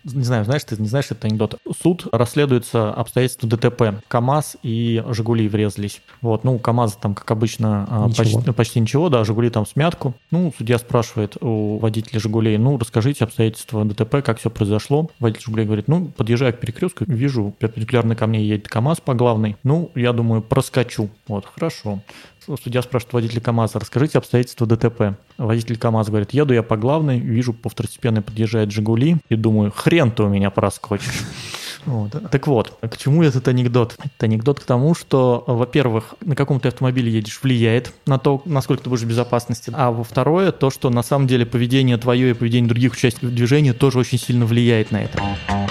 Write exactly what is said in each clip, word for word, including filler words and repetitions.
Не знаю, знаешь ты, не знаешь этот анекдот. Суд расследуется обстоятельства ДТП. КамАЗ и «Жигули» врезались. Вот, ну, у КамАЗа там, как обычно, ничего. Почти, почти ничего, да, «Жигули» там смятку. Ну, судья спрашивает у водителя «Жигулей», ну, расскажите обстоятельства ДТП, как все произошло. Водитель «Жигулей» говорит, ну, подъезжаю к перекрестку, вижу, перпендикулярно ко мне едет КамАЗ по главной. Ну, я думаю, проскочу. Вот, хорошо. Судья спрашивает водителя КамАЗа, расскажите обстоятельства ДТП. Водитель КамАЗа говорит, еду я по главной, вижу, по второстепенной подъезжает «Жигули», и думаю, хрен ты у меня проскочишь. Вот. Так вот, к чему этот анекдот? Это анекдот к тому, что, во-первых, на каком ты автомобиле едешь, влияет на то, насколько ты будешь в безопасности. А во-второе, то, что на самом деле поведение твое и поведение других участников движения тоже очень сильно влияет на это.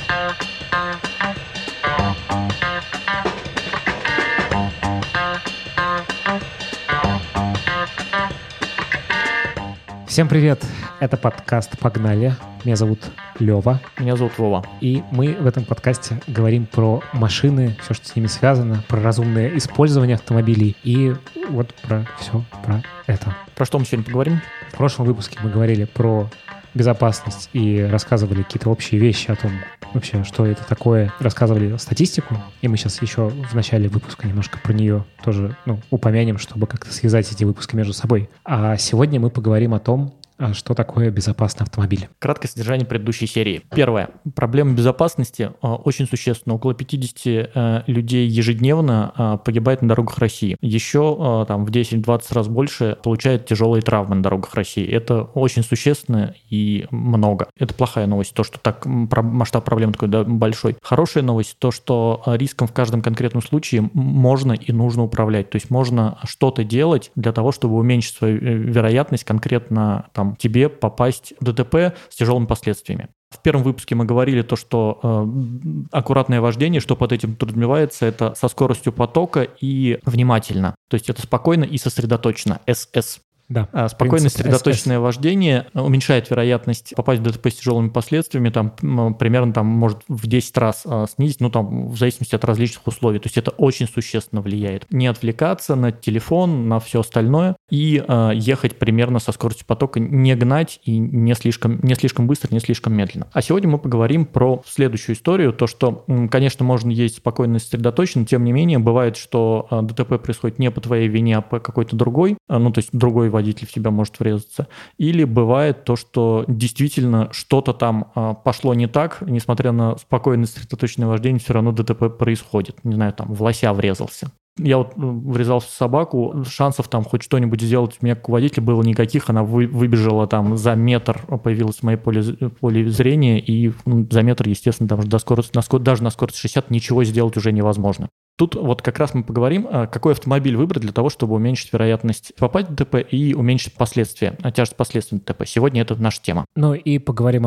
Всем привет! Это подкаст «Погнали». Меня зовут Лёва. Меня зовут Вова. И мы в этом подкасте говорим про машины, все, что с ними связано, про разумное использование автомобилей и вот про все про это. Про что мы сегодня поговорим? В прошлом выпуске мы говорили про безопасность и рассказывали какие-то общие вещи о том, вообще, что это такое. Рассказывали статистику, и мы сейчас еще в начале выпуска немножко про нее тоже ну, упомянем, чтобы как-то связать эти выпуски между собой. А сегодня мы поговорим о том, что такое безопасный автомобиль. Краткое содержание предыдущей серии. Первое. Проблема безопасности очень существенна. Около пятьдесят людей ежедневно погибает на дорогах России. Еще там, в десять-двадцать раз больше получают тяжелые травмы на дорогах России. Это очень существенно и много. Это плохая новость, то, что так масштаб проблем такой да, большой. Хорошая новость, то, что риском в каждом конкретном случае можно и нужно управлять. То есть можно что-то делать для того, чтобы уменьшить свою вероятность конкретно там, тебе попасть в ДТП с тяжелыми последствиями. В первом выпуске мы говорили то, что э, аккуратное вождение, что под этим подразумевается, это со скоростью потока и внимательно. То есть это спокойно и сосредоточено. эс эс. Да, спокойное сосредоточенное вождение уменьшает вероятность попасть в ДТП с тяжелыми последствиями, там, примерно там, может в десять раз снизить, ну, там, в зависимости от различных условий. То есть это очень существенно влияет. Не отвлекаться на телефон, на все остальное и э, ехать примерно со скоростью потока, не гнать и не слишком, не слишком быстро, не слишком медленно. А сегодня мы поговорим про следующую историю, то, что, конечно, можно ездить спокойно и сосредоточенно, тем не менее, бывает, что ДТП происходит не по твоей вине, а по какой-то другой, ну, то есть другой водитель в тебя может врезаться. Или бывает то, что действительно что-то там а, пошло не так, несмотря на спокойное сосредоточенное вождение, все равно ДТП происходит. Не знаю, там в лося врезался. Я вот врезался в собаку, шансов там хоть что-нибудь сделать у меня как у водителя было никаких, она вы, выбежала там за метр, появилась в моей поле, поле зрения, и ну, за метр, естественно, там до скорости, на скорость, даже на скорости шестьдесят ничего сделать уже невозможно. Тут вот как раз мы поговорим, какой автомобиль выбрать для того, чтобы уменьшить вероятность попасть в ДТП и уменьшить последствия, тяжесть последствий ДТП. Сегодня это наша тема. Ну и поговорим о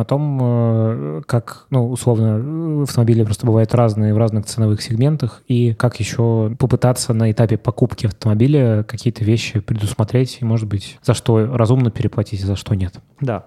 том, как, ну, условно, автомобили просто бывают разные в разных ценовых сегментах, и как еще попытаться на этапе покупки автомобиля какие-то вещи предусмотреть, и, может быть, за что разумно переплатить, а за что нет. Да.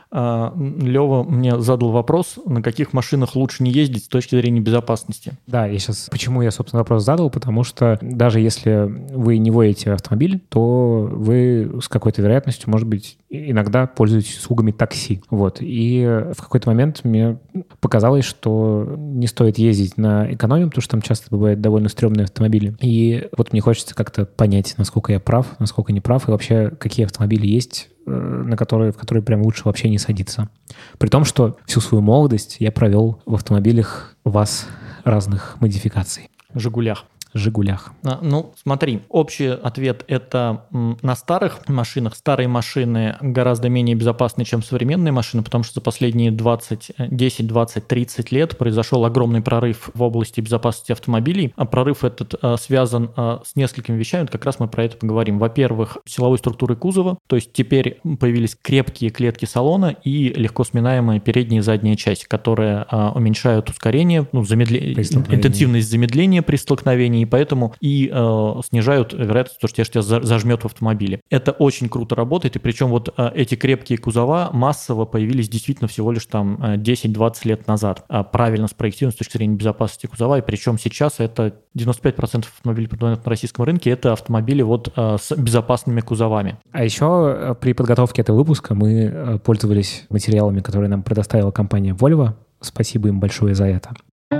Лёва мне задал вопрос, на каких машинах лучше не ездить с точки зрения безопасности. Да, я сейчас... Почему я, собственно, вопрос задал? Потому что даже если вы не водите автомобиль, то вы с какой-то вероятностью, может быть, иногда пользуетесь услугами такси. Вот. И в какой-то момент мне показалось, что не стоит ездить на экономию, потому что там часто бывают довольно стрёмные автомобили. И вот мне хочется как-то понять, насколько я прав, насколько не прав, и вообще какие автомобили есть, на которые, в которые прям лучше вообще не садиться. При том, что всю свою молодость я провел в автомобилях ВАЗ разных модификаций. «Жигулях». «Жигулях». Ну, смотри, общий ответ – это на старых машинах. Старые машины гораздо менее безопасны, чем современные машины, потому что за последние двадцать, десять, двадцать, тридцать лет произошел огромный прорыв в области безопасности автомобилей. А прорыв этот а, связан а, с несколькими вещами, вот как раз мы про это поговорим. Во-первых, силовой структурой кузова, то есть теперь появились крепкие клетки салона и легко сминаемая передняя и задняя часть, которые а, уменьшают ускорение, ну, замедле... интенсивность замедления при столкновении, и поэтому и э, снижают вероятность, что тебя зажмет в автомобиле. Это очень круто работает, и причем вот э, эти крепкие кузова массово появились действительно всего лишь там десять-двадцать лет назад. А правильно спроектированы с точки зрения безопасности кузова, и причем сейчас это девяносто пять процентов автомобилей, проданных на российском рынке, это автомобили вот э, с безопасными кузовами. А еще при подготовке этого выпуска мы пользовались материалами, которые нам предоставила компания Volvo. спасибо им большое за это.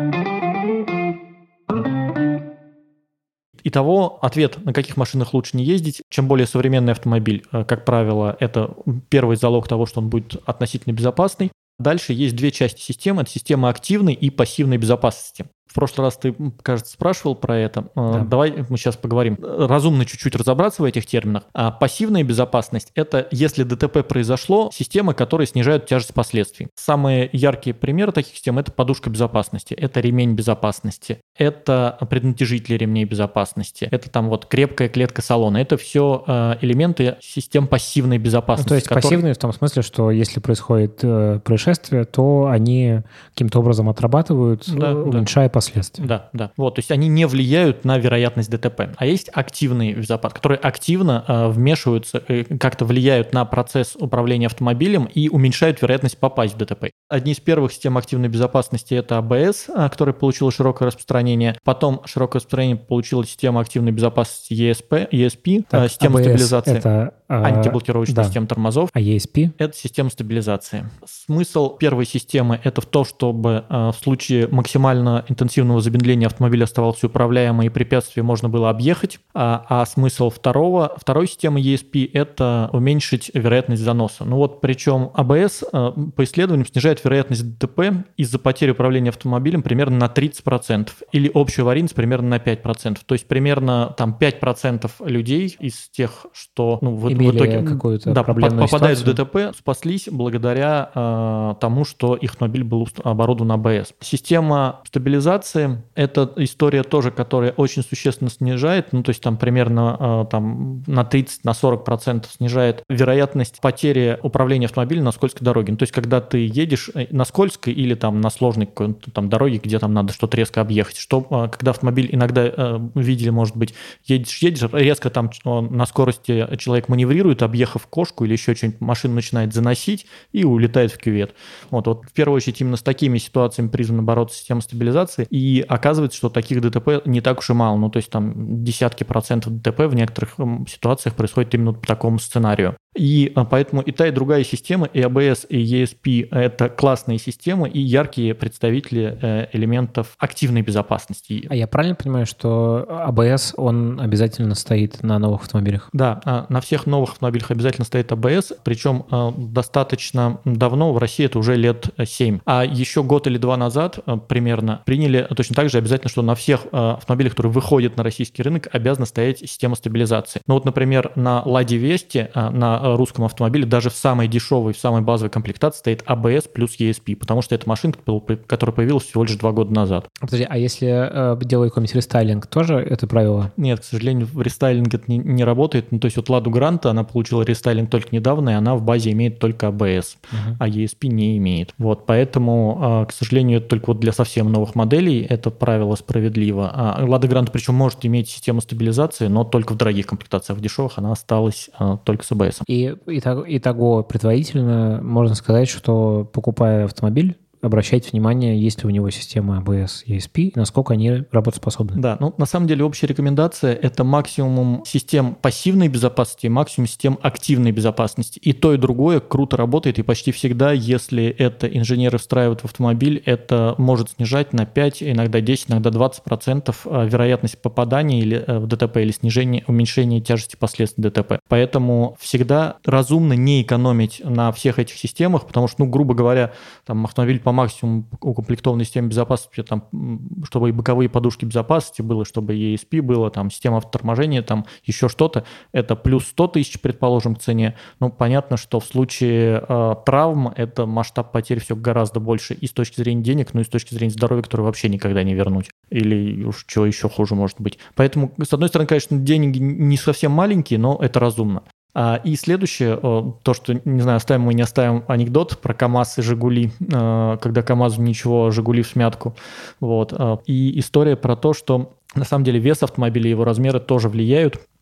Итого, ответ, на каких машинах лучше не ездить. Чем более современный автомобиль, как правило, это первый залог того, что он будет относительно безопасный. Дальше есть две части системы. Это система активной и пассивной безопасности. В прошлый раз ты, кажется, спрашивал про это. Да. Давай мы сейчас поговорим. Разумно чуть-чуть разобраться в этих терминах. А пассивная безопасность – это если ДТП произошло, системы, которые снижают тяжесть последствий. Самые яркие примеры таких систем – это подушка безопасности, это ремень безопасности, это преднатяжители ремней безопасности, это там вот крепкая клетка салона. Это все элементы систем пассивной безопасности. Ну, то есть которые... пассивные в том смысле, что если происходит происшествие, то они каким-то образом отрабатывают, да, уменьшая да. последствия. Да, да. Вот, то есть они не влияют на вероятность ДТП. А есть активные безопасности, которые активно э, вмешиваются, э, как-то влияют на процесс управления автомобилем и уменьшают вероятность попасть в ДТП. Одни из первых систем активной безопасности – это АБС, э, которая получила широкое распространение. Потом широкое распространение получила система активной безопасности и эс пи, и эс пи так, э, система эй би эс стабилизации. Это антиблокировочная да. система тормозов. А и эс пи? Это система стабилизации. Смысл первой системы – это в том, чтобы э, в случае максимально интенсивного замедления автомобиля оставался управляемый и препятствие можно было объехать. А, а смысл второго, второй системы и эс пи – это уменьшить вероятность заноса. Ну вот причем АБС э, по исследованиям снижает вероятность ДТП из-за потери управления автомобилем примерно на тридцать процентов или общую аварийность примерно на пять процентов. То есть примерно там пять процентов людей из тех, что ну, в, в итоге да, попадают ситуацию. В ДТП, спаслись благодаря э, тому, что их автомобиль был оборудован АБС. Система стабилизации – это история тоже, которая очень существенно снижает, ну то есть там примерно э, там, на тридцать-сорок процентов снижает вероятность потери управления автомобилем на скользкой дороге. Ну, то есть когда ты едешь на скользкой или там на сложной какой-то там дороге, где там надо что-то резко объехать, что э, когда автомобиль иногда э, видели, может быть, едешь, едешь, резко там на скорости человек маневрирует, объехав кошку или еще что-нибудь, машина начинает заносить и улетает в кювет. Вот, вот в первую очередь именно с такими ситуациями призвана бороться система стабилизации, и оказывается, что таких ДТП не так уж и мало, ну то есть там десятки процентов ДТП в некоторых ситуациях происходит именно по такому сценарию. И поэтому и та, и другая система, и АБС, и и эс пи – это классные системы и яркие представители элементов активной безопасности. А я правильно понимаю, что АБС, он обязательно стоит на новых автомобилях? Да, на всех новых автомобилях обязательно стоит АБС, причем достаточно давно, в России это уже лет семь. А еще год или два назад примерно приняли точно так же обязательно, что на всех автомобилях, которые выходят на российский рынок, обязана стоять система стабилизации. Ну вот, например, на Ладе Весте, на русском автомобиле, даже в самой дешевой, в самой базовой комплектации стоит АБС плюс и эс пи, потому что это машинка, которая появилась всего лишь два года назад. Подожди, а если э, делаю какой-нибудь рестайлинг, тоже это правило? Нет, к сожалению, в рестайлинге это не, не работает. Ну, то есть вот Ладу Гранта, она получила рестайлинг только недавно, и она в базе имеет только АБС, uh-huh. а и эс пи не имеет. Вот, поэтому, э, к сожалению, это только вот для совсем новых моделей это правило справедливо. А Лада Гранта, причем, может иметь систему стабилизации, но только в дорогих комплектациях. В дешевых она осталась э, только с АБС. И итого предварительно можно сказать, что покупая автомобиль, обращайте внимание, есть ли у него система АБС и и эс пи, и насколько они работоспособны. Да, ну на самом деле общая рекомендация – это максимум систем пассивной безопасности и максимум систем активной безопасности. И то, и другое круто работает, и почти всегда, если это инженеры встраивают в автомобиль, это может снижать на пять, иногда десять, иногда двадцать процентов вероятность попадания или в ДТП или снижение, уменьшение тяжести последствий ДТП. Поэтому всегда разумно не экономить на всех этих системах, потому что, ну, грубо говоря, там автомобиль по максимуму укомплектованной системе безопасности, там, чтобы и боковые подушки безопасности было, чтобы и и эс пи было, там, система автоторможения, там, еще что-то, это плюс сто тысяч, предположим, к цене. Ну, понятно, что в случае э, травм это масштаб потерь все гораздо больше и с точки зрения денег, ну и с точки зрения здоровья, которое вообще никогда не вернуть. Или уж чего еще хуже может быть. Поэтому, с одной стороны, конечно, деньги не совсем маленькие, но это разумно. И следующее, то, что, не знаю, оставим мы, не оставим анекдот про КАМАЗ и «Жигули», когда КАМАЗу ничего, «Жигули» в смятку. Вот. И история про то, что на самом деле вес автомобиля и его размеры тоже влияют.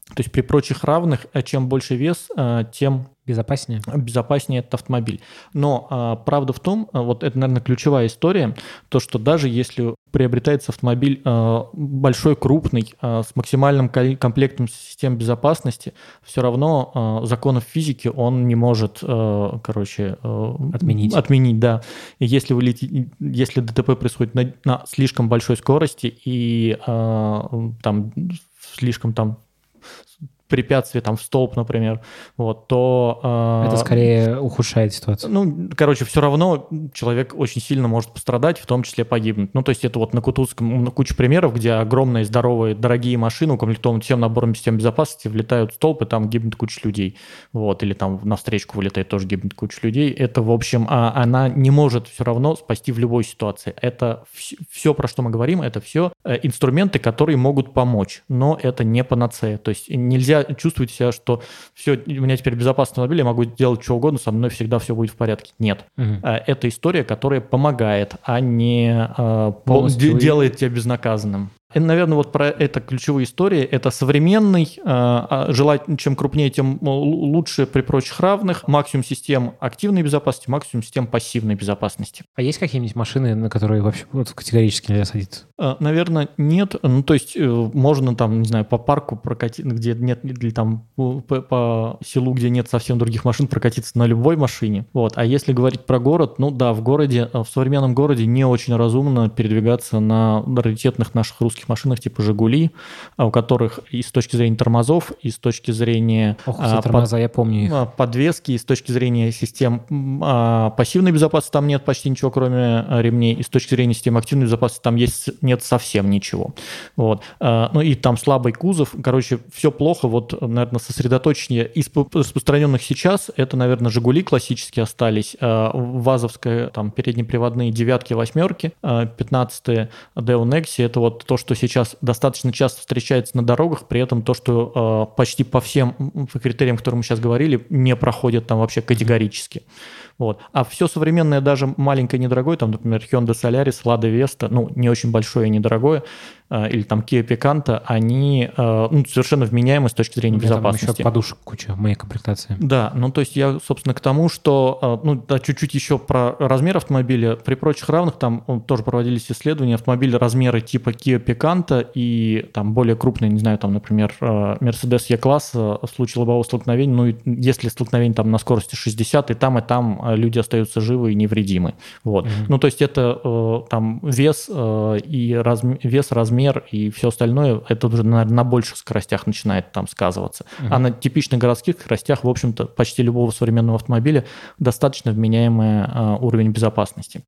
То есть при прочих равных, чем больше вес, тем безопаснее. Безопаснее этот автомобиль. Но а, правда в том, вот это, наверное, ключевая история, то, что даже если приобретается автомобиль а, большой, крупный, а, с максимальным комплектом систем безопасности, все равно а, законов физики он не может, а, короче, а, отменить. отменить, да. И если, вы летите, если ДТП происходит на, на слишком большой скорости и а, там слишком там препятствие там в столб, например, вот, то... Э, это скорее ухудшает ситуацию. Ну, короче, все равно человек очень сильно может пострадать, в том числе погибнуть. Ну, то есть это вот на Кутузском куча примеров, где огромные, здоровые, дорогие машины, укомплектованные всем набором систем безопасности, влетают в столб, и там гибнет куча людей. Вот, или там на встречку вылетает, тоже гибнет куча людей. Это, в общем, она не может все равно спасти в любой ситуации. Это все, про что мы говорим, это все инструменты, которые могут помочь, но это не панацея. То есть нельзя чувствовать себя, что все, у меня теперь безопасный автомобиль, я могу делать что угодно, со мной всегда все будет в порядке. Нет. Угу. Это история, которая помогает, а не Полностью делает тебя безнаказанным. И, наверное, вот про это ключевая история. Это современный, желательно, чем крупнее, тем лучше при прочих равных. Максимум систем активной безопасности, максимум систем пассивной безопасности. А есть какие-нибудь машины, на которые вообще вот категорически нельзя садиться? Наверное, нет. Ну, то есть можно там, не знаю, по парку прокатиться, где нет, или там по, по селу, где нет совсем других машин, прокатиться на любой машине. Вот. А если говорить про город, ну да, в городе, в современном городе не очень разумно передвигаться на раритетных наших русских машинах типа «Жигули», у которых и с точки зрения тормозов, и с точки зрения Ох, а, тормоза, под, я помню их. подвески, и с точки зрения систем а, пассивной безопасности там нет почти ничего, кроме ремней, и с точки зрения систем активной безопасности там есть, нет совсем ничего. Вот. А, ну и там слабый кузов, короче, все плохо. Вот, наверное, сосредоточение из распространенных сейчас, это, наверное, «Жигули» классические остались, а, ВАЗовская, там, переднеприводные девятки, восьмерки, а, пятнадцатые Deo Nexi, это вот то, что сейчас достаточно часто встречается на дорогах, при этом то, что э, почти по всем критериям, о которых мы сейчас говорили, не проходит там вообще категорически. Вот. А все современное, даже маленькое, недорогое, там, например, Hyundai Solaris, Lada Vesta, ну, не очень большое и недорогое, э, или там Kia Picanto, они э, ну, совершенно вменяемы с точки зрения безопасности. Там еще подушек куча в моей комплектации. Да, ну, то есть я, собственно, к тому, что, э, ну, да, чуть-чуть еще про размер автомобиля. При прочих равных там тоже проводились исследования. Автомобили размеры типа Kia Picanto и там более крупные, не знаю, там, например, Mercedes E-класса в случае лобового столкновения, ну, если столкновение там на скорости шестьдесят, и там, и там люди остаются живы и невредимы. Вот. Mm-hmm. Ну, то есть это э, там вес э, и разм... вес, размер и все остальное, это уже на, на больших скоростях начинает там сказываться. Mm-hmm. А на типичных городских скоростях, в общем-то, почти любого современного автомобиля достаточно вменяемый э, уровень безопасности.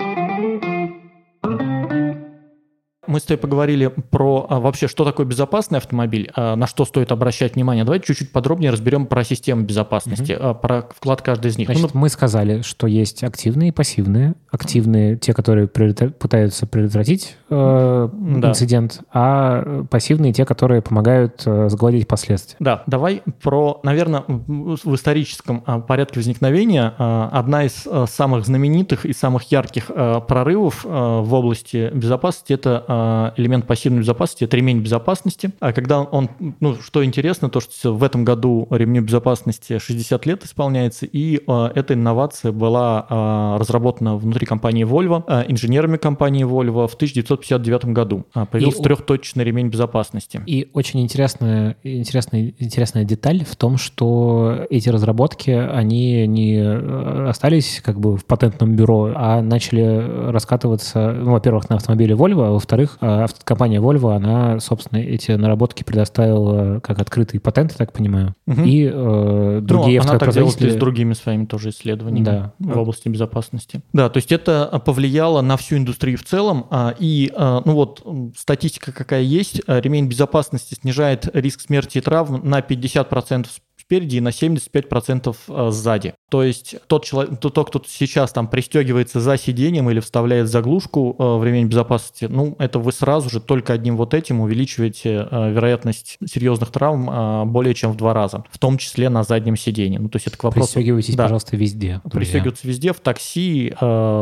Мы с тобой поговорили про а, вообще, что такое безопасный автомобиль, а, на что стоит обращать внимание. Давайте чуть-чуть подробнее разберем про систему безопасности, mm-hmm. а, про вклад каждой из них. Значит, ну, мы сказали, что есть активные и пассивные. Активные – те, которые предотвра- пытаются предотвратить э, да. инцидент, а пассивные – те, которые помогают э, сгладить последствия. Да, давай про, наверное, в историческом а, порядке возникновения а, одна из а, самых знаменитых и самых ярких а, прорывов а, в области безопасности – это а, элемент пассивной безопасности, это ремень безопасности. А когда он, ну, что интересно, то, что в этом году ремню безопасности шестьдесят лет исполняется, и а, эта инновация была а, разработана внутри компании Volvo, а, инженерами компании Volvo в тысяча девятьсот пятьдесят девятом году. А, появился и, трехточечный ремень безопасности. И очень интересная, интересная, интересная деталь в том, что эти разработки, они не остались как бы в патентном бюро, а начали раскатываться, ну, во-первых, на автомобиле Volvo, а во-вторых, компания Volvo, она, собственно, эти наработки предоставила как открытые патенты, так понимаю, угу. и э, другие ну, автопроизводители... Она так делала с другими своими тоже исследованиями да. в области безопасности. Да, то есть это повлияло на всю индустрию в целом, и, ну вот, статистика какая есть, ремень безопасности снижает риск смерти и травм на пятьдесят процентов спереди и на семьдесят пять процентов сзади. То есть тот человек, тот, кто сейчас там пристегивается за сиденьем или вставляет заглушку в ремень безопасности, ну, это вы сразу же только одним вот этим увеличиваете вероятность серьезных травм более чем в два раза, в том числе на заднем сиденье. Ну, то есть это к вопросу... Пристегивайтесь, да, пожалуйста, везде. Пристегиваться везде, в такси,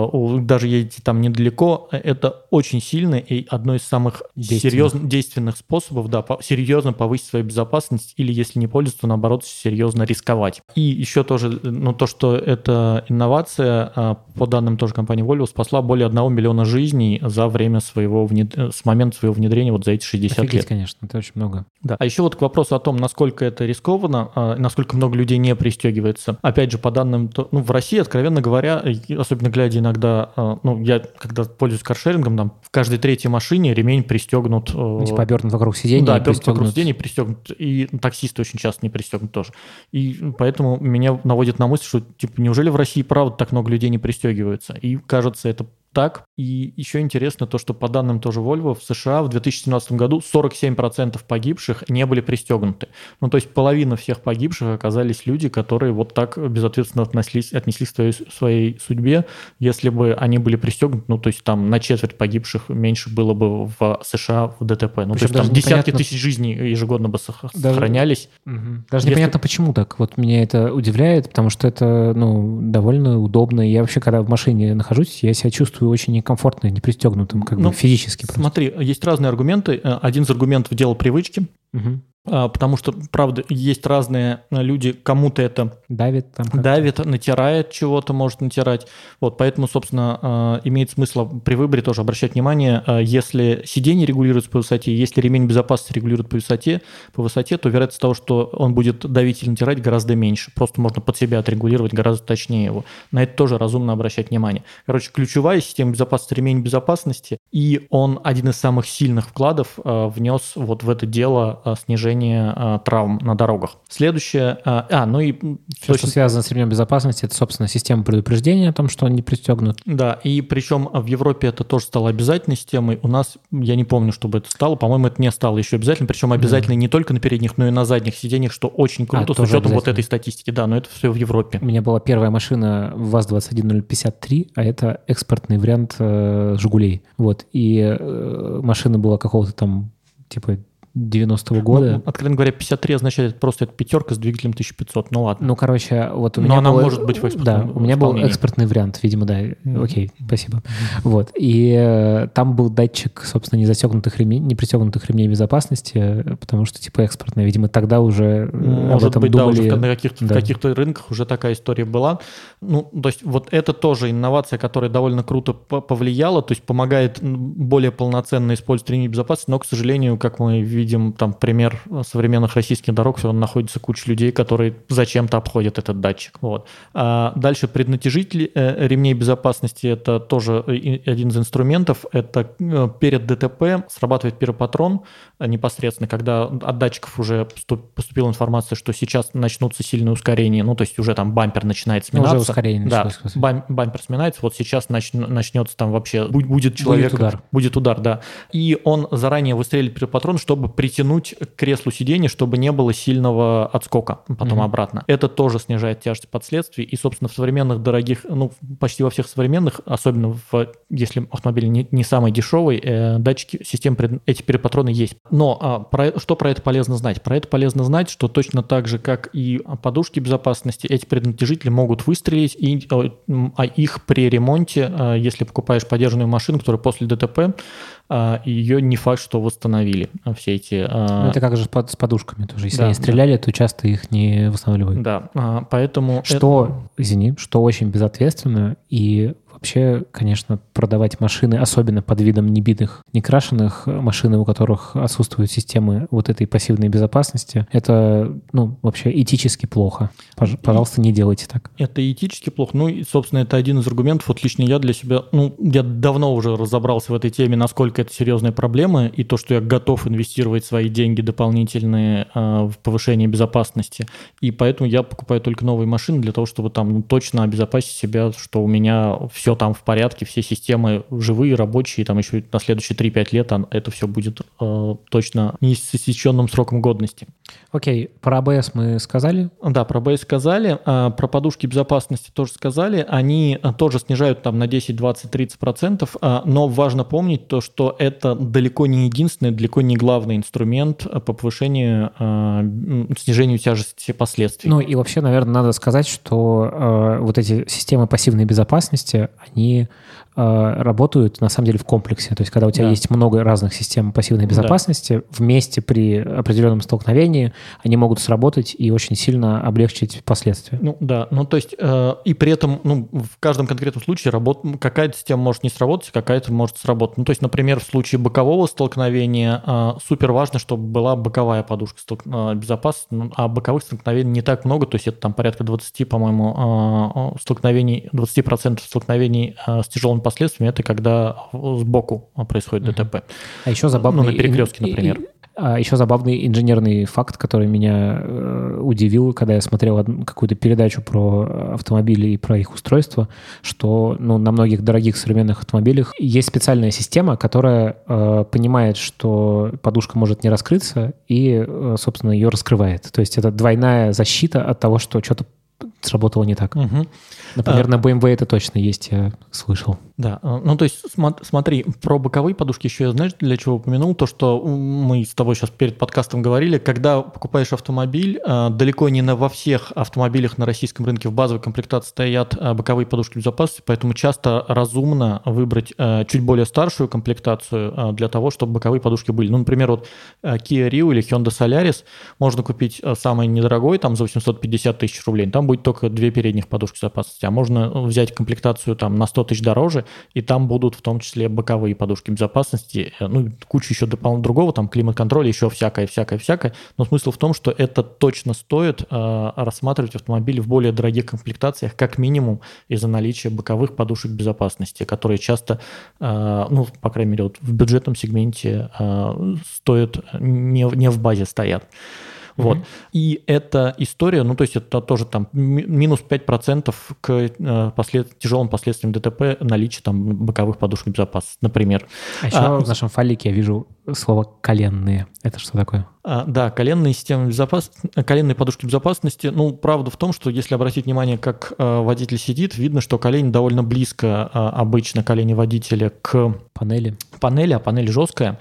даже едете там недалеко, это очень сильно и одно из самых серьезных действенных способов, да, серьезно повысить свою безопасность или, если не пользоваться, то, наоборот, серьезно рисковать. И еще тоже, ну, то, что эта инновация, по данным тоже компании Volvo, спасла более одного миллиона жизней за время своего, внед... с момента своего внедрения вот за эти шестьдесят Офигеть, лет. Конечно, это очень много. Да. А еще вот к вопросу о том, насколько это рискованно, насколько много людей не пристегивается. Опять же, по данным, ну, в России, откровенно говоря, особенно глядя иногда, ну, я когда пользуюсь каршерингом, там в каждой третьей машине ремень пристегнут. Ну, типа обернут вокруг сиденья. Да, обернут вокруг сиденья и пристегнут. И таксисты очень часто не пристегнут тоже. И поэтому меня наводит на мысль, что, типа, неужели в России, правда, так много людей не пристегиваются? И кажется, это так. И еще интересно то, что по данным тоже Volvo, в США в две тысячи семнадцатом году сорок семь процентов погибших не были пристегнуты. Ну, то есть половина всех погибших оказались люди, которые вот так безответственно отнеслись, отнеслись к своей, своей судьбе. Если бы они были пристегнуты, ну, то есть там на четверть погибших меньше было бы в США в ДТП. Ну, причем то есть там десятки тысяч жизней ежегодно бы сохранялись. Даже, угу. даже непонятно, Если... почему так. Вот меня это удивляет, потому что это, ну, довольно удобно. Я вообще, когда в машине нахожусь, я себя чувствую очень некомфортно, не пристегнутым, как ну, бы физически. Просто. Смотри, есть разные аргументы. Один из аргументов – дело привычки. Угу. Потому что, правда, есть разные люди, кому-то это давит, там давит, натирает чего-то, может натирать. Вот, поэтому, собственно, имеет смысл при выборе тоже обращать внимание, если сиденье регулируется по высоте, если ремень безопасности регулирует по высоте, по высоте, то вероятность того, что он будет давить или натирать, гораздо меньше. Просто можно под себя отрегулировать гораздо точнее его. На это тоже разумно обращать внимание. Короче, ключевая система безопасности, ремень безопасности, и он один из самых сильных вкладов внес вот в это дело снижение травм на дорогах. Следующее... А, ну и... Все, точно, что связано с ремнем безопасности, это, собственно, система предупреждения о том, что он не пристегнут. Да, и причем в Европе это тоже стало обязательной системой. У нас, я не помню, чтобы это стало. По-моему, это не стало еще обязательным. Причем обязательно да. не только на передних, но и на задних сиденьях, что очень круто, а, с учетом вот этой статистики. Да, но это все в Европе. У меня была первая машина ВАЗ двадцать один ноль пятьдесят три, а это экспортный вариант э, «Жигулей». Вот, и э, машина была какого-то там, типа... девяностого года. Ну, откровенно говоря, пятьдесят три означает просто это пятерка с двигателем тысяча пятьсот. Ну ладно. Ну, короче, вот у меня Но она было... может быть в экспортном Да, у меня был экспортный вариант, видимо, да. Mm-hmm. Окей, спасибо. Вот. И э, там был датчик, собственно, не застегнутых ремней, не пристегнутых ремней безопасности, потому что типа экспортный. Видимо, тогда уже может об этом быть, думали. Да, уже на каких-то, да. в каких-то рынках уже такая история была. Ну, то есть вот это тоже инновация, которая довольно круто повлияла, то есть помогает более полноценно использовать ремни безопасности, но, к сожалению, как мы видим, там пример современных российских дорог, все равно находится куча людей, которые зачем-то обходят этот датчик. Вот. А дальше преднатяжитель ремней безопасности – это тоже один из инструментов. Это перед ДТП срабатывает пиропатрон непосредственно, когда от датчиков уже поступила информация, что сейчас начнутся сильные ускорения, ну, то есть уже там бампер начинает сминаться. Уже ускорение да, началось. Бам, бампер сминается, вот сейчас нач, начнется там вообще, будет человек… Будет удар. Будет удар, да. И он заранее выстреливает пиропатрон, чтобы притянуть к креслу сиденья, чтобы не было сильного отскока потом mm-hmm. обратно. Это тоже снижает тяжесть последствий. И, собственно, в современных дорогих, ну, почти во всех современных, особенно в, если автомобиль не, не самый дешевый, э, датчики, системы, эти пиропатроны есть. Но а, про, что про это полезно знать? Про это полезно знать, что точно так же, как и подушки безопасности, эти преднатяжители могут выстрелить, и, а их при ремонте, а, если покупаешь подержанную машину, которая после ДТП, а, ее не факт, что восстановили все эти… Ну, это как же с подушками тоже. Если да, они стреляли, да. то часто их не восстанавливают. Да, поэтому… Что, это... извини, что очень безответственно и вообще, конечно, продавать машины, особенно под видом небитых, некрашенных, машины, у которых отсутствуют системы вот этой пассивной безопасности, это, ну, вообще этически плохо. Пожалуйста, не делайте так. Это этически плохо. Ну, и, собственно, это один из аргументов. Вот лично я для себя, ну, я давно уже разобрался в этой теме, насколько это серьезная проблема, и то, что я готов инвестировать свои деньги дополнительные э, в повышение безопасности. И поэтому я покупаю только новые машины для того, чтобы там ну, точно обезопасить себя, что у меня все все там в порядке, все системы живые, рабочие, там еще на следующие три-пять лет это все будет э, точно не с истеченным сроком годности. Окей, про эй би эс мы сказали? Да, про эй би эс сказали, а про подушки безопасности тоже сказали. Они тоже снижают там на десять, двадцать, тридцать процентов, но важно помнить то, что это далеко не единственный, далеко не главный инструмент по повышению, снижению тяжести последствий. Ну и вообще, наверное, надо сказать, что э, вот эти системы пассивной безопасности, они э, работают на самом деле в комплексе. То есть когда у тебя да. есть много разных систем пассивной безопасности, да. вместе при определенном столкновении они могут сработать и очень сильно облегчить последствия. Ну да, ну то есть э, и при этом ну, в каждом конкретном случае работ... какая-то система может не сработать, какая-то может сработать. Ну то есть, например, в случае бокового столкновения э, супер важно, чтобы была боковая подушка столк... э, безопасности, ну, а боковых столкновений не так много, то есть это там порядка двадцать, по-моему, э, столкновений, двадцать процентов столкновений э, с тяжелыми последствиями, это когда сбоку происходит ДТП. А еще забавно... Ну, на перекрестке, например. А еще забавный инженерный факт, который меня э, удивил, когда я смотрел одну, какую-то передачу про автомобили и про их устройство, что ну, на многих дорогих современных автомобилях есть специальная система, которая э, понимает, что подушка может не раскрыться, и, э, собственно, ее раскрывает. То есть это двойная защита от того, что что-то сработало не так. Угу. Например, а, на бэ эм вэ это точно есть, я слышал. Да, ну то есть смотри, про боковые подушки еще я, знаешь, для чего упомянул, то, что мы с тобой сейчас перед подкастом говорили, когда покупаешь автомобиль, далеко не на, во всех автомобилях на российском рынке в базовой комплектации стоят боковые подушки безопасности, поэтому часто разумно выбрать чуть более старшую комплектацию для того, чтобы боковые подушки были. Ну, например, вот Kia Rio или Hyundai Solaris можно купить самый недорогой, там за восемьсот пятьдесят тысяч рублей, там будет только две передних подушки безопасности, а можно взять комплектацию там на сто тысяч дороже, и там будут в том числе боковые подушки безопасности, ну, куча еще дополнительного другого, там климат-контроль, еще всякое, всякое, всякое. Но смысл в том, что это точно стоит э, рассматривать автомобили в более дорогих комплектациях, как минимум из-за наличия боковых подушек безопасности, которые часто, э, ну, по крайней мере, вот в бюджетном сегменте э, стоят, не, не в базе стоят. Вот. Mm-hmm. И эта история, ну, то есть это тоже там минус пять процентов к э, послед... тяжелым последствиям ДТП наличие там боковых подушек безопасности, например. А еще а, в нашем файлике я вижу слово «коленные». Это что такое? А, да, коленные системы безопасности, коленные подушки безопасности. Ну, правда в том, что если обратить внимание, как э, водитель сидит, видно, что колени довольно близко э, обычно, колени водителя к панели. Панели, а панель жесткая.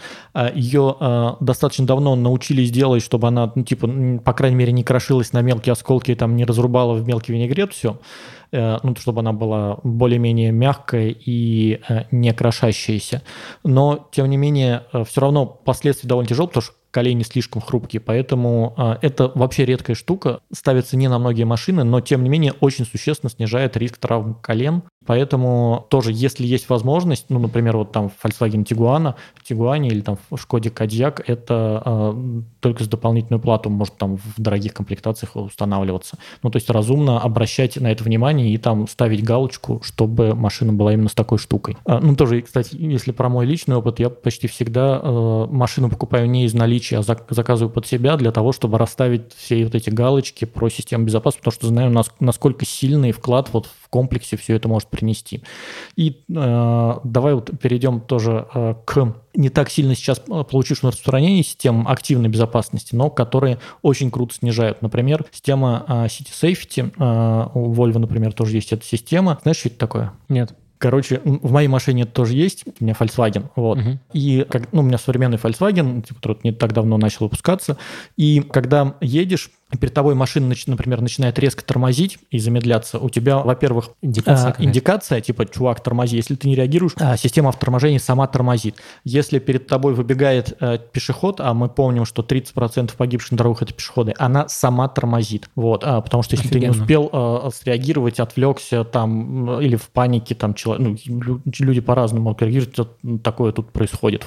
Ее э, достаточно давно научились делать, чтобы она, ну, типа, по крайней мере, не крошилась на мелкие осколки, там, не разрубала в мелкий винегрет все, э, ну, чтобы она была более-менее мягкая и э, не крошащаяся. Но, тем не менее, э, все равно последствия довольно тяжелые, потому что колени слишком хрупкие, поэтому э, это вообще редкая штука, ставится не на многие машины, но, тем не менее, очень существенно снижает риск травм колен. Поэтому тоже, если есть возможность, ну, например, вот там в Volkswagen Tiguan, в Tiguan или там в Škodě Kodiaq, это э, только с дополнительную плату может там в дорогих комплектациях устанавливаться. Ну, то есть разумно обращать на это внимание и там ставить галочку, чтобы машина была именно с такой штукой. Э, ну, тоже, кстати, если про мой личный опыт, я почти всегда э, машину покупаю не из наличия, а зак- заказываю под себя для того, чтобы расставить все вот эти галочки про систему безопасности, потому что знаю, нас, насколько сильный вклад вот в комплексе все это может принести. И э, давай вот перейдем тоже э, к не так сильно сейчас получившему распространение систем активной безопасности, но которые очень круто снижают. Например, система э, City Safety, э, у Volvo, например, тоже есть эта система. Знаешь, что это такое? Нет. Короче, в моей машине это тоже есть, у меня Volkswagen, вот, uh-huh. и как, ну, у меня современный Volkswagen, типа, который не так давно начал выпускаться, и когда едешь, перед тобой машина, например, начинает резко тормозить и замедляться, у тебя, во-первых, индикация, а, индикация типа, чувак, тормози, если ты не реагируешь, а, система авторможения сама тормозит. Если перед тобой выбегает а, пешеход, а мы помним, что тридцать процентов погибших на дорогах это пешеходы, она сама тормозит, вот, а, потому что если Офигенно. Ты не успел а, среагировать, отвлекся там, или в панике, там, человек, ну, люди по-разному могут реагировать, такое тут происходит, вот.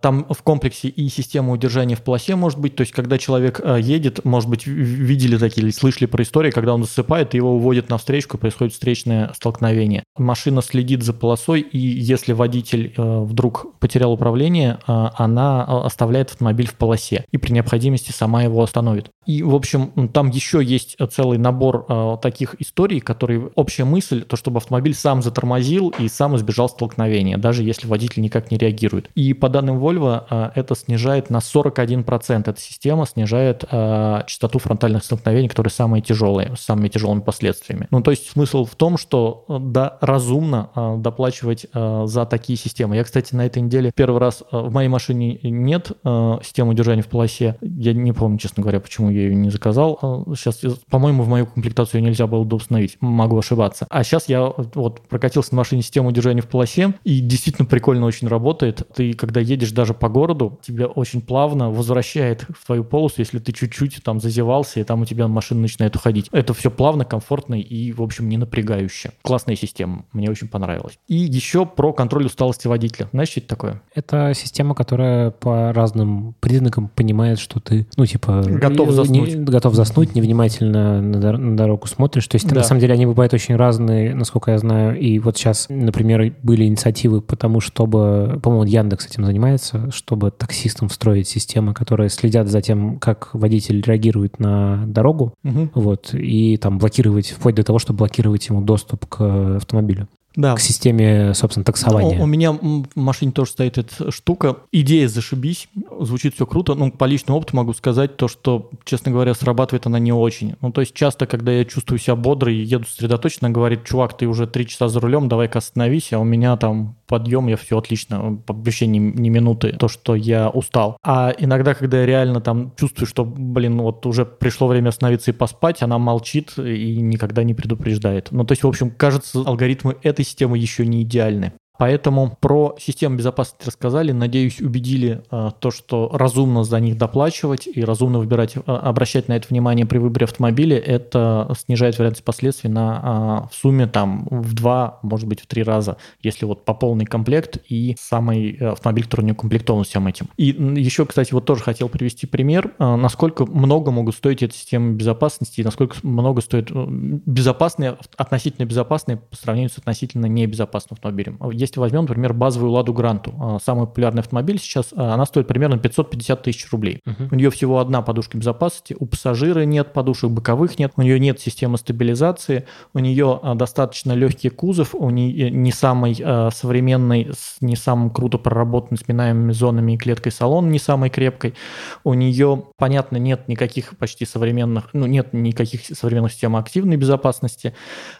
Там в комплексе и система удержания в полосе может быть, то есть когда человек едет, может быть, видели такие или слышали про истории, когда он засыпает, и его уводят на встречку, и происходит встречное столкновение. Машина следит за полосой, и если водитель вдруг потерял управление, она оставляет автомобиль в полосе и при необходимости сама его остановит. И, в общем, там еще есть целый набор э, таких историй, которые общая мысль, то чтобы автомобиль сам затормозил и сам избежал столкновения, даже если водитель никак не реагирует. И по данным Volvo э, это снижает на сорок один процент. Эта система снижает э, частоту фронтальных столкновений, которые самые тяжелые, с самыми тяжелыми последствиями. Ну, то есть смысл в том, что да, разумно э, доплачивать э, за такие системы. Я, кстати, на этой неделе первый раз э, в моей машине нет э, системы удержания в полосе. Я не помню, честно говоря, почему я ее не заказал. Сейчас, по-моему, в мою комплектацию ее нельзя было установить. Могу ошибаться. А сейчас я вот прокатился на машине систему удержания в полосе, и действительно прикольно очень работает. Ты, когда едешь даже по городу, тебя очень плавно возвращает в твою полосу, если ты чуть-чуть там зазевался, и там у тебя машина начинает уходить. Это все плавно, комфортно и, в общем, не напрягающе. Классная система. Мне очень понравилась. И еще про контроль усталости водителя. Знаешь, что это такое? Это система, которая по разным признакам понимает, что ты, ну, типа... Готов заснуть. Не, готов заснуть, невнимательно на, дор- на дорогу смотришь. То есть, да. На самом деле, они бывают очень разные, насколько я знаю. И вот сейчас, например, были инициативы по тому, чтобы, по-моему, Яндекс этим занимается, чтобы таксистам встроить системы, которые следят за тем, как водитель реагирует на дорогу, угу. вот, и там блокировать, вплоть до того, чтобы блокировать ему доступ к автомобилю. Да. К системе, собственно, таксования. У, у меня в машине тоже стоит эта штука. Идея зашибись, звучит все круто. Ну, по личному опыту могу сказать то, что, честно говоря, срабатывает она не очень. Ну, то есть часто, когда я чувствую себя бодро и еду сосредоточенно, говорит: чувак, ты уже три часа за рулем, давай-ка остановись, а у меня там подъем, я все отлично, вообще ни, ни минуты, то, что я устал. А иногда, когда я реально там чувствую, что, блин, вот уже пришло время остановиться и поспать, она молчит и никогда не предупреждает. Ну, то есть, в общем, кажется, алгоритмы этой системы еще не идеальны. Поэтому про систему безопасности рассказали. Надеюсь, убедили э, то, что разумно за них доплачивать и разумно выбирать, э, обращать на это внимание при выборе автомобиля. Это снижает вероятность последствий на, э, в сумме там, в два, может быть, в три раза, если вот по полный комплект и самый автомобиль, который не укомплектован всем этим. И еще, кстати, вот тоже хотел привести пример, э, насколько много могут стоить эти системы безопасности и насколько много стоит безопасные, относительно безопасные по сравнению с относительно небезопасным автомобилем. Если возьмем, например, базовую «Ладу Гранту», самый популярный автомобиль сейчас, она стоит примерно пятьсот пятьдесят тысяч рублей. Uh-huh. У нее всего одна подушка безопасности, у пассажира нет подушек, боковых нет, у нее нет системы стабилизации, у нее достаточно легкий кузов, у нее не самый современный, не самым круто проработанный сминаемыми зонами и клеткой салона, не самой крепкой. У нее, понятно, нет никаких почти современных, ну, нет никаких современных систем активной безопасности.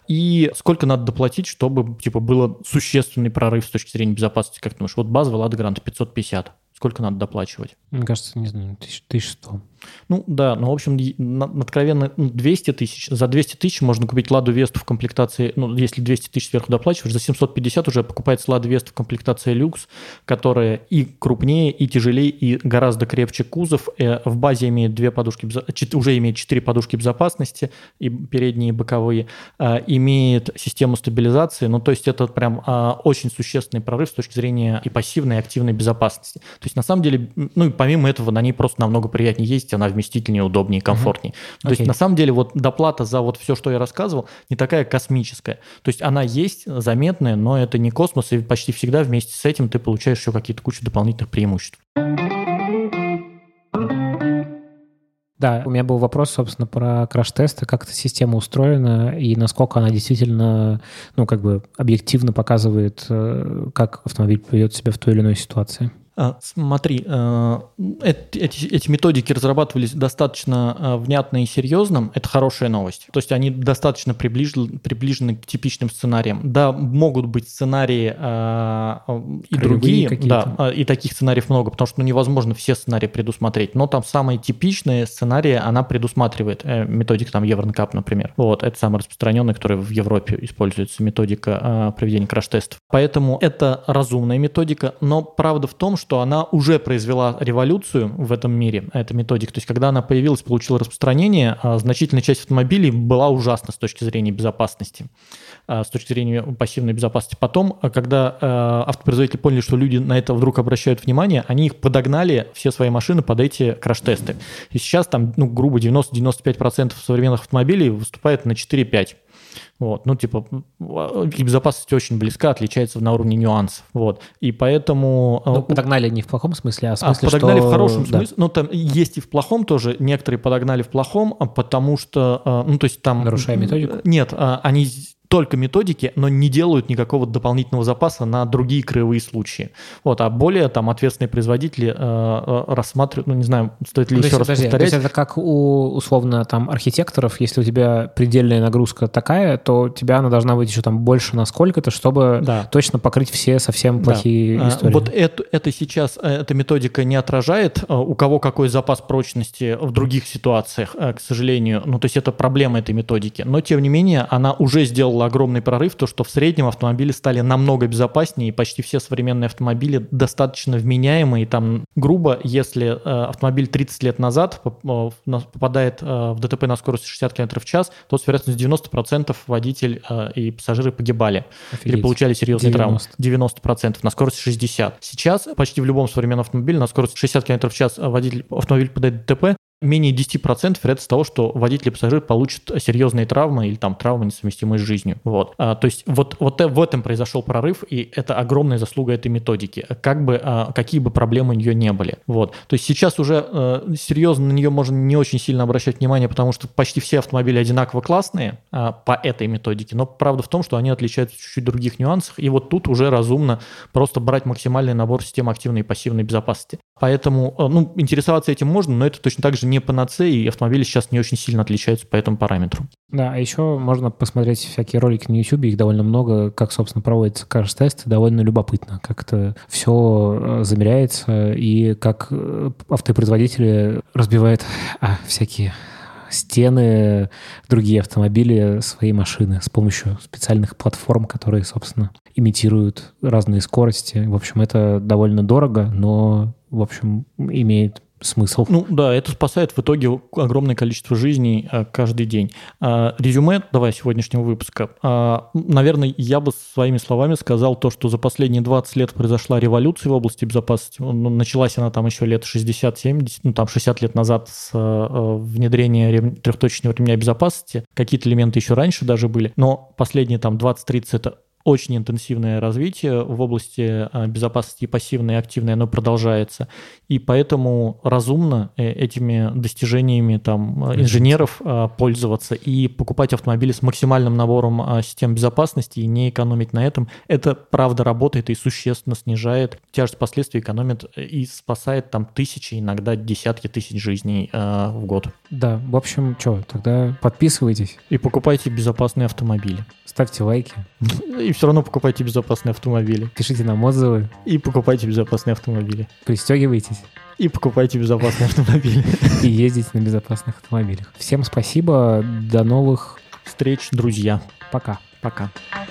И сколько надо доплатить, чтобы, типа, было существенный прорыв с точки зрения безопасности, как ты думаешь? Вот базовый «Лада Гранта» пятьсот пятьдесят. Сколько надо доплачивать? Мне кажется, не знаю, тысяча сто. Ну да, ну в общем, откровенно двести тысяч. За двести тысяч можно купить «Ладу Весту» в комплектации, ну если двести тысяч сверху доплачиваешь, за семьсот пятьдесят уже покупается «Лада Веста» в комплектации люкс, которая и крупнее, и тяжелее, и гораздо крепче кузов. В базе имеет две подушки, уже имеет четыре подушки безопасности, и передние, и боковые. Имеет систему стабилизации, ну то есть это прям очень существенный прорыв с точки зрения и пассивной, и активной безопасности. То есть на самом деле, ну и помимо этого, на ней просто намного приятнее ездить, она вместительнее, удобнее, комфортнее. Uh-huh. То okay. есть на самом деле вот доплата за вот все, что я рассказывал, не такая космическая. То есть она есть, заметная, но это не космос, и почти всегда вместе с этим ты получаешь еще какие-то кучу дополнительных преимуществ. Да, у меня был вопрос, собственно, про краш-тесты, как эта система устроена и насколько она действительно, ну, как бы объективно показывает, как автомобиль поведет себя в той или иной ситуации. Смотри, эти, эти методики разрабатывались достаточно внятно и серьезно. Это хорошая новость. То есть они достаточно приближены, приближены к типичным сценариям. Да, могут быть сценарии и Кривые другие, какие-то. Да, и таких сценариев много, потому что ну, невозможно все сценарии предусмотреть. Но там самые типичные сценарии она предусматривает. Методика там Евронкап, например. Вот, это самый распространенный, который в Европе используется, методика проведения краш-тестов. Поэтому это разумная методика, но правда в том, что она уже произвела революцию в этом мире, эта методика. То есть, когда она появилась, получила распространение, значительная часть автомобилей была ужасна с точки зрения безопасности, с точки зрения пассивной безопасности. Потом, когда автопроизводители поняли, что люди на это вдруг обращают внимание, они их подогнали, все свои машины, под эти краш-тесты. И сейчас там, ну, грубо девяносто-девяносто пять процентов современных автомобилей выступает на четыре-пять. Вот, ну, типа, их безопасность очень близка, отличается на уровне нюансов. Вот, и поэтому... Ну, подогнали не в плохом смысле, а в смысле, а, подогнали что... в хорошем да. смысле. Ну, там есть и в плохом тоже. Некоторые подогнали в плохом, потому что... Ну, то есть там... Нарушая методику? Нет, они... только методики, но не делают никакого дополнительного запаса на другие краевые случаи. Вот, а более там ответственные производители э, рассматривают, ну не знаю, стоит ли ну, еще есть, раз подожди, повторять. То есть это как у, условно, там, архитекторов, если у тебя предельная нагрузка такая, то у тебя она должна быть еще там больше на сколько-то, чтобы да. точно покрыть все совсем плохие да. истории. Вот это, это сейчас, эта методика не отражает, у кого какой запас прочности в других ситуациях, к сожалению. Ну, то есть это проблема этой методики. Но, тем не менее, она уже сделала огромный прорыв, то, что в среднем автомобили стали намного безопаснее, и почти все современные автомобили достаточно вменяемые. Там, грубо, если э, автомобиль тридцать лет назад попадает э, в ДТП на скорости шестьдесят километров в час, то с вероятностью девяносто процентов водитель э, и пассажиры погибали. Офигеть. Или получали серьезные травмы. девяносто процентов на скорости шестьдесят. Сейчас почти в любом современном автомобиле на скорости шестьдесят километров в час водитель, автомобиль попадает в ДТП, менее десять процентов вероятность того, что водитель и пассажир получат серьезные травмы или там травмы, несовместимые с жизнью. Вот. А, то есть вот, вот в этом произошел прорыв, и это огромная заслуга этой методики, как бы, а, какие бы проблемы у нее не были. Вот. То есть сейчас уже а, серьезно на нее можно не очень сильно обращать внимание, потому что почти все автомобили одинаково классные а, по этой методике, но правда в том, что они отличаются в чуть-чуть других нюансах, и вот тут уже разумно просто брать максимальный набор систем активной и пассивной безопасности. Поэтому ну, интересоваться этим можно, но это точно так же не панацея, и автомобили сейчас не очень сильно отличаются по этому параметру. Да, а еще можно посмотреть всякие ролики на YouTube, их довольно много, как, собственно, проводятся краш-тесты, довольно любопытно, как это все замеряется, и как автопроизводители разбивают а, всякие стены, другие автомобили, свои машины с помощью специальных платформ, которые, собственно, имитируют разные скорости. В общем, это довольно дорого, но, в общем, имеет смысл. Ну да, это спасает в итоге огромное количество жизней а, каждый день. А, резюме, давай, сегодняшнего выпуска. А, наверное, я бы своими словами сказал то, что за последние двадцать лет произошла революция в области безопасности. Началась она там еще лет шестьдесят-семьдесят, ну там шестьдесят лет назад с а, внедрения рем... трехточечного ремня безопасности. Какие-то элементы еще раньше даже были. Но последние там двадцать-тридцать это очень интенсивное развитие в области безопасности и пассивной, и активной, оно продолжается. И поэтому разумно этими достижениями там, инженеров пользоваться и покупать автомобили с максимальным набором систем безопасности и не экономить на этом. Это правда работает и существенно снижает тяжесть последствий, экономит и спасает там тысячи, иногда десятки тысяч жизней в год. Да, в общем, что, тогда подписывайтесь. И покупайте безопасные автомобили. Ставьте лайки. И все равно покупайте безопасные автомобили. Пишите нам отзывы. И покупайте безопасные автомобили. Пристегивайтесь. И покупайте безопасные автомобили. И ездите на безопасных автомобилях. Всем спасибо. До новых встреч, друзья. Пока. Пока.